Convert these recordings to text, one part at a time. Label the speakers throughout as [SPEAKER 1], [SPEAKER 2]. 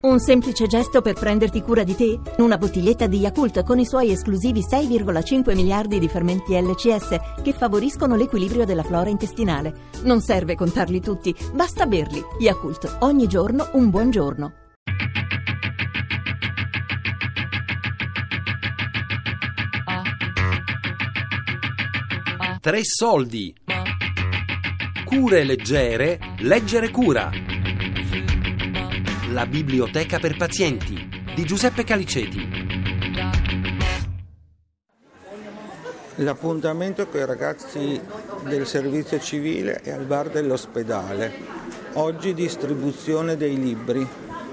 [SPEAKER 1] Un semplice gesto per prenderti cura di te? Una bottiglietta di Yakult con i suoi esclusivi 6,5 miliardi di fermenti LCS che favoriscono l'equilibrio della flora intestinale. Non serve contarli tutti, basta berli. Yakult, ogni giorno un buon giorno.
[SPEAKER 2] Tre soldi. Cure leggere, leggere cura. La biblioteca per pazienti di Giuseppe Caliceti.
[SPEAKER 3] L'appuntamento con i ragazzi del servizio civile è al bar dell'ospedale. Oggi distribuzione dei libri.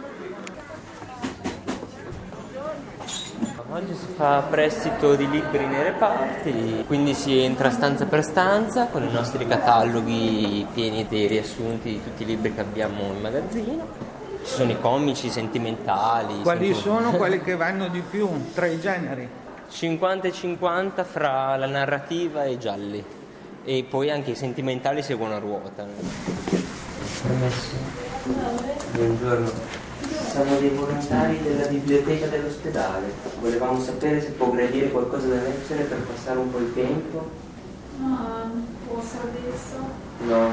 [SPEAKER 4] Oggi si fa prestito di libri nei reparti, quindi si entra stanza per stanza con i nostri cataloghi pieni dei riassunti di tutti i libri che abbiamo in magazzino. Ci sono i comici, i sentimentali.
[SPEAKER 3] Quali sono quelli che vanno di più tra i generi?
[SPEAKER 4] 50 e 50 fra la narrativa e i gialli. E poi anche i sentimentali seguono a ruota. Permesso? Buongiorno. Siamo dei volontari della biblioteca dell'ospedale. Volevamo sapere se può gradire qualcosa da leggere per passare un po' il tempo.
[SPEAKER 5] No, non posso adesso.
[SPEAKER 4] No,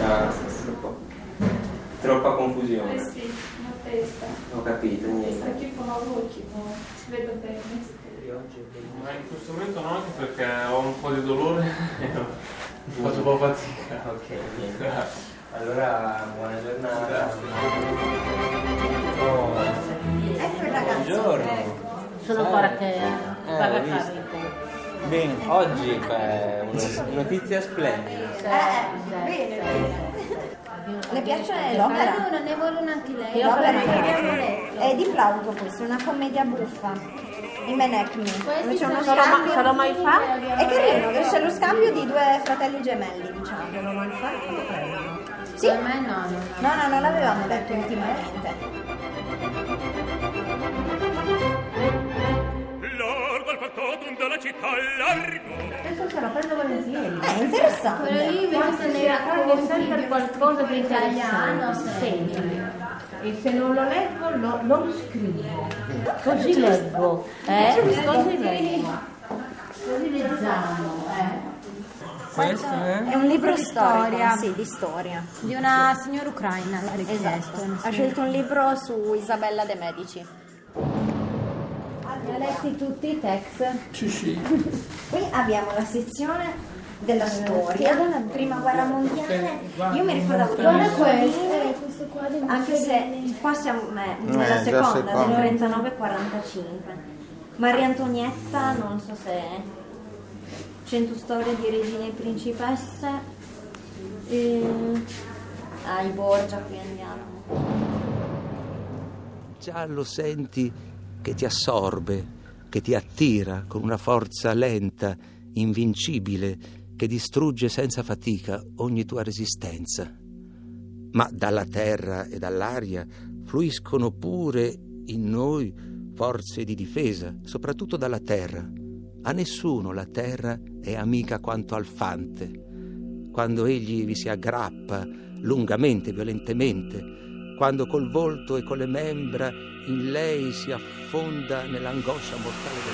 [SPEAKER 4] troppa confusione.
[SPEAKER 5] Sì, una testa.
[SPEAKER 4] Ho capito, niente.
[SPEAKER 5] Sta qui con occhi, non vedo bene.
[SPEAKER 6] Ma in questo momento no, anche perché ho un po' di dolore e faccio un po' fatica.
[SPEAKER 4] Ok, niente. Allora, buona giornata.
[SPEAKER 7] Ecco il ragazzo.
[SPEAKER 4] Buongiorno.
[SPEAKER 7] Sono ancora che paga
[SPEAKER 4] ho visto.
[SPEAKER 7] carico.
[SPEAKER 4] Bene, oggi è una notizia splendida.
[SPEAKER 7] Bene.
[SPEAKER 8] Le piace l'opera?
[SPEAKER 7] Non ne vuole neanche lei.
[SPEAKER 8] L'opera è di Plauto, questa, una commedia buffa. I Menechmi. C'è uno scambio.
[SPEAKER 7] Ce l'ho mai fatto?
[SPEAKER 8] È carino, c'è lo scambio di due fratelli gemelli, diciamo.
[SPEAKER 7] Ce l'ho mai fatto? Lo prendo.
[SPEAKER 8] Sì?
[SPEAKER 7] A me no.
[SPEAKER 8] No, non l'avevamo detto ultimamente.
[SPEAKER 9] Lord al factotum della città largo.
[SPEAKER 7] Adesso se la prendo volentieri.
[SPEAKER 8] È interessante.
[SPEAKER 7] Quello lì invece ne racconta sempre qualcosa di italiano, sempre. E se non lo leggo, lo scrivo. Così leggo. Così leggo. Così leggiamo.
[SPEAKER 3] Questo
[SPEAKER 8] È un libro storia. Sì, di storia.
[SPEAKER 10] Di una signora ucraina, l'ha richiesto.
[SPEAKER 8] Esatto. Ha scelto un libro su Isabella de' Medici.
[SPEAKER 7] Li ha letti tutti i text?
[SPEAKER 3] Sì.
[SPEAKER 8] Qui abbiamo la sezione della storia, prima guerra mondiale. Io mi ricordavo
[SPEAKER 7] questo qua
[SPEAKER 8] anche se qua siamo nella seconda, del 39-45. Maria Antonietta, non so se 100 storie di regine e principesse. I Borgia, qui andiamo.
[SPEAKER 2] Già lo senti che ti assorbe, che ti attira con una forza lenta, invincibile, che distrugge senza fatica ogni tua resistenza. Ma dalla terra e dall'aria fluiscono pure in noi forze di difesa, soprattutto dalla terra. A nessuno la terra è amica quanto al fante. Quando egli vi si aggrappa lungamente, violentemente, quando col volto e con le membra in lei si affonda nell'angoscia mortale del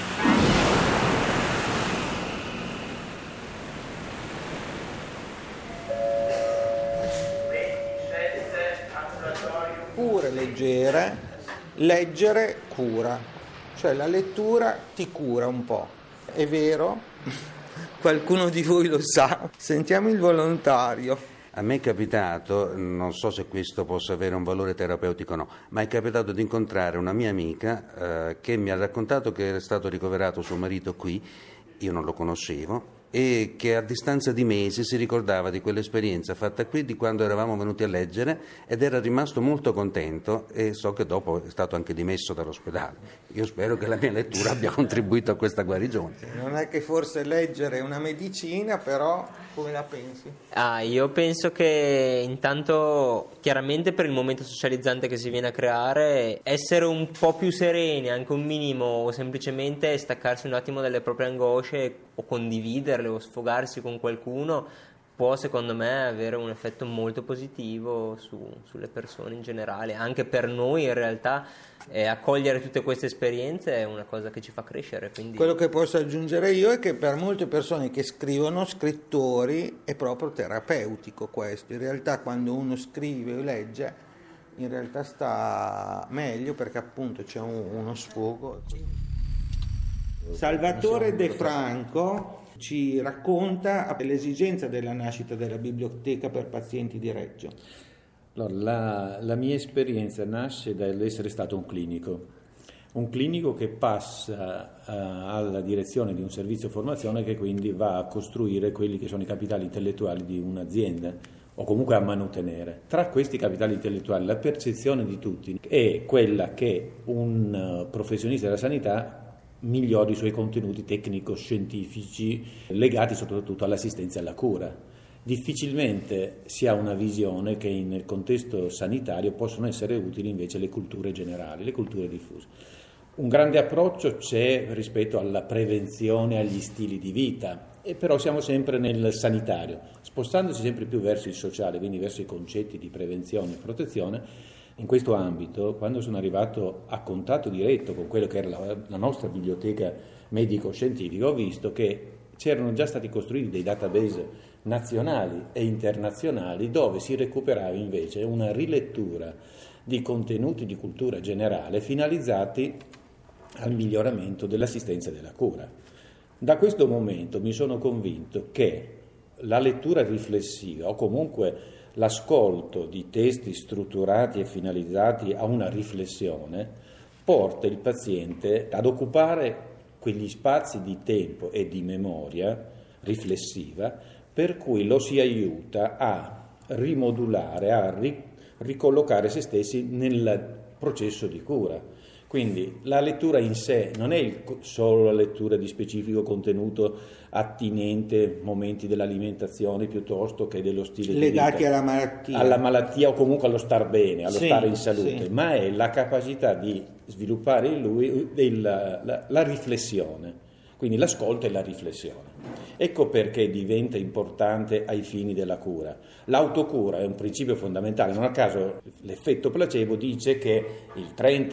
[SPEAKER 3] Cure leggere, leggere cura. Cioè la lettura ti cura un po'. È vero? Qualcuno di voi lo sa? Sentiamo il volontario.
[SPEAKER 11] A me è capitato, non so se questo possa avere un valore terapeutico o no, ma è capitato di incontrare una mia amica che mi ha raccontato che era stato ricoverato suo marito qui, io non lo conoscevo, e che a distanza di mesi si ricordava di quell'esperienza fatta qui, di quando eravamo venuti a leggere, ed era rimasto molto contento, e so che dopo è stato anche dimesso dall'ospedale. Io spero che la mia lettura abbia contribuito a questa guarigione.
[SPEAKER 3] Non è che forse leggere è una medicina, però come la pensi?
[SPEAKER 4] Io penso che intanto, chiaramente per il momento socializzante che si viene a creare, essere un po' più sereni, anche un minimo, o semplicemente staccarsi un attimo dalle proprie angosce o condividerle o sfogarsi con qualcuno, può secondo me avere un effetto molto positivo sulle persone in generale. Anche per noi in realtà accogliere tutte queste esperienze è una cosa che ci fa crescere. Quindi...
[SPEAKER 3] Quello che posso aggiungere io è che per molte persone che scrivono, scrittori, è proprio terapeutico questo. In realtà quando uno scrive o legge, in realtà sta meglio perché appunto c'è uno sfogo. Salvatore De Franco ci racconta l'esigenza della nascita della biblioteca per pazienti di Reggio.
[SPEAKER 12] Allora, la mia esperienza nasce dall'essere stato un clinico che passa alla direzione di un servizio formazione che quindi va a costruire quelli che sono i capitali intellettuali di un'azienda o comunque a manutenere. Tra questi capitali intellettuali la percezione di tutti è quella che un professionista della sanità migliori i suoi contenuti tecnico-scientifici legati soprattutto all'assistenza e alla cura. Difficilmente si ha una visione che nel contesto sanitario possono essere utili invece le culture generali, le culture diffuse. Un grande approccio c'è rispetto alla prevenzione, agli stili di vita, e però siamo sempre nel sanitario, spostandoci sempre più verso il sociale, quindi verso i concetti di prevenzione e protezione. In questo ambito, quando sono arrivato a contatto diretto con quello che era la nostra biblioteca medico-scientifica, ho visto che c'erano già stati costruiti dei database nazionali e internazionali dove si recuperava invece una rilettura di contenuti di cultura generale finalizzati al miglioramento dell'assistenza e della cura. Da questo momento mi sono convinto che la lettura riflessiva o comunque l'ascolto di testi strutturati e finalizzati a una riflessione porta il paziente ad occupare quegli spazi di tempo e di memoria riflessiva per cui lo si aiuta a rimodulare, a ricollocare se stessi nel processo di cura. Quindi la lettura in sé non è solo la lettura di specifico contenuto attinente momenti dell'alimentazione piuttosto che dello stile di vita.
[SPEAKER 3] Legati
[SPEAKER 12] alla malattia o comunque allo star bene, allo stare in salute, ma è la capacità di sviluppare in lui la riflessione, quindi l'ascolto e la riflessione. Ecco perché diventa importante ai fini della cura. L'autocura è un principio fondamentale, non a caso l'effetto placebo dice che il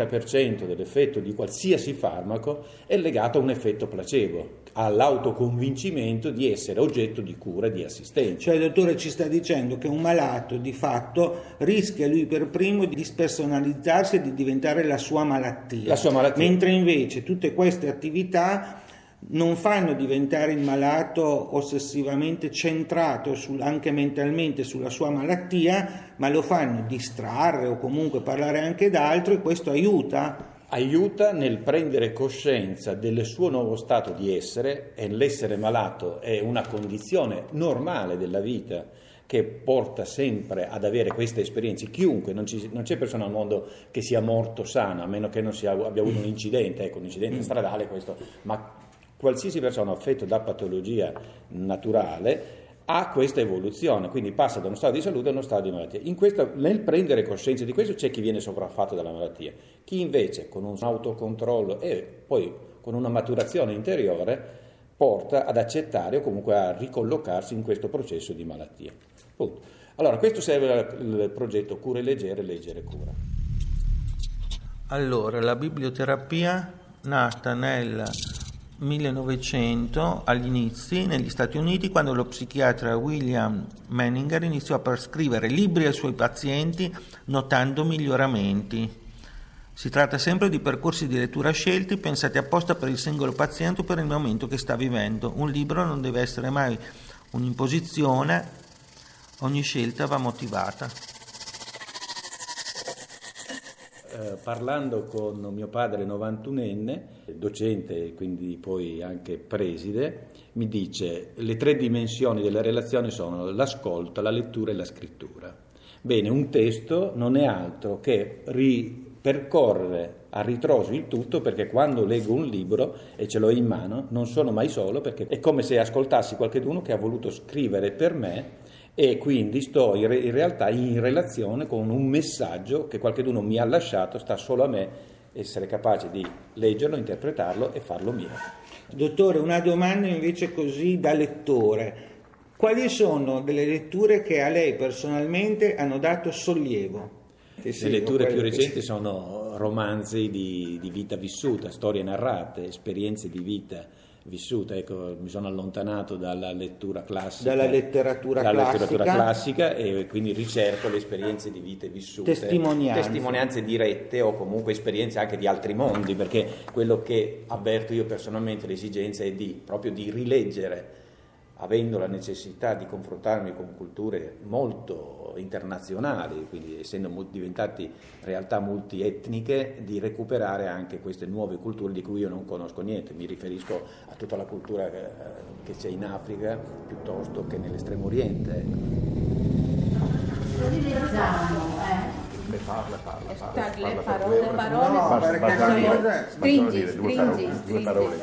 [SPEAKER 12] 30% dell'effetto di qualsiasi farmaco è legato a un effetto placebo, all'autoconvincimento di essere oggetto di cura e di assistenza.
[SPEAKER 3] Cioè il dottore ci sta dicendo che un malato di fatto rischia lui per primo di dispersonalizzarsi e di diventare la sua malattia. Mentre invece tutte queste attività non fanno diventare il malato ossessivamente centrato anche mentalmente sulla sua malattia, ma lo fanno distrarre o comunque parlare anche d'altro, e questo aiuta
[SPEAKER 12] nel prendere coscienza del suo nuovo stato di essere, e l'essere malato è una condizione normale della vita che porta sempre ad avere queste esperienze. Chiunque, non c'è persona al mondo che sia morto sano, a meno che non abbia avuto un incidente, un incidente stradale, questo, ma qualsiasi persona affetto da patologia naturale ha questa evoluzione, quindi passa da uno stato di salute a uno stato di malattia. Nel prendere coscienza di questo c'è chi viene sopraffatto dalla malattia, chi invece con un autocontrollo e poi con una maturazione interiore porta ad accettare o comunque a ricollocarsi in questo processo di malattia. Punto. Allora, questo serve al progetto Cure Leggere, Leggere Cura.
[SPEAKER 3] Allora, la biblioterapia nata nel 1900 agli inizi negli Stati Uniti, quando lo psichiatra William Menninger iniziò a prescrivere libri ai suoi pazienti notando miglioramenti. Si tratta sempre di percorsi di lettura scelti pensati apposta per il singolo paziente o per il momento che sta vivendo. Un libro non deve essere mai un'imposizione, ogni scelta va motivata.
[SPEAKER 12] Parlando con mio padre 91enne, docente e quindi poi anche preside, mi dice: le 3 dimensioni della relazione sono l'ascolto, la lettura e la scrittura. Bene, un testo non è altro che ripercorrere a ritroso il tutto, perché quando leggo un libro e ce l'ho in mano non sono mai solo, perché è come se ascoltassi qualcuno che ha voluto scrivere per me, e quindi sto in realtà in relazione con un messaggio che qualcuno mi ha lasciato, sta solo a me essere capace di leggerlo, interpretarlo e farlo mio.
[SPEAKER 3] Dottore, una domanda invece così da lettore: Quali sono delle letture che a lei personalmente hanno dato sollievo?
[SPEAKER 12] Le letture più recenti sono romanzi di vita vissuta, storie narrate, esperienze di vita vissuta. Ecco, mi sono allontanato dalla lettura classica,
[SPEAKER 3] dalla letteratura
[SPEAKER 12] classica, e quindi ricerco le esperienze di vite vissute, testimonianze dirette o comunque esperienze anche di altri mondi, perché quello che avverto io personalmente, l'esigenza è proprio di rileggere, avendo la necessità di confrontarmi con culture molto internazionali, quindi essendo diventati realtà multietniche, di recuperare anche queste nuove culture di cui io non conosco niente. Mi riferisco a tutta la cultura che c'è in Africa piuttosto che nell'Estremo Oriente.
[SPEAKER 7] Le parole. Stringi.
[SPEAKER 13] Due parole.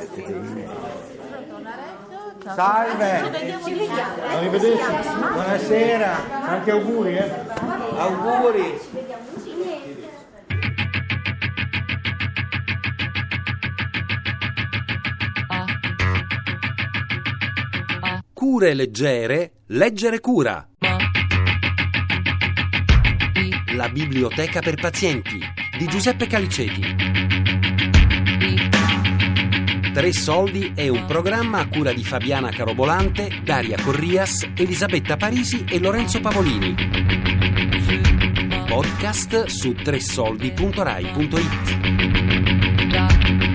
[SPEAKER 3] Salve,
[SPEAKER 13] Arrivederci.
[SPEAKER 3] Buonasera,
[SPEAKER 13] Anche auguri,
[SPEAKER 3] Auguri.
[SPEAKER 2] Cure leggere, leggere cura. La biblioteca per pazienti di Giuseppe Caliceti. 3 soldi è un programma a cura di Fabiana Carobolante, Daria Corrias, Elisabetta Parisi e Lorenzo Pavolini. Podcast su 3soldi.rai.it.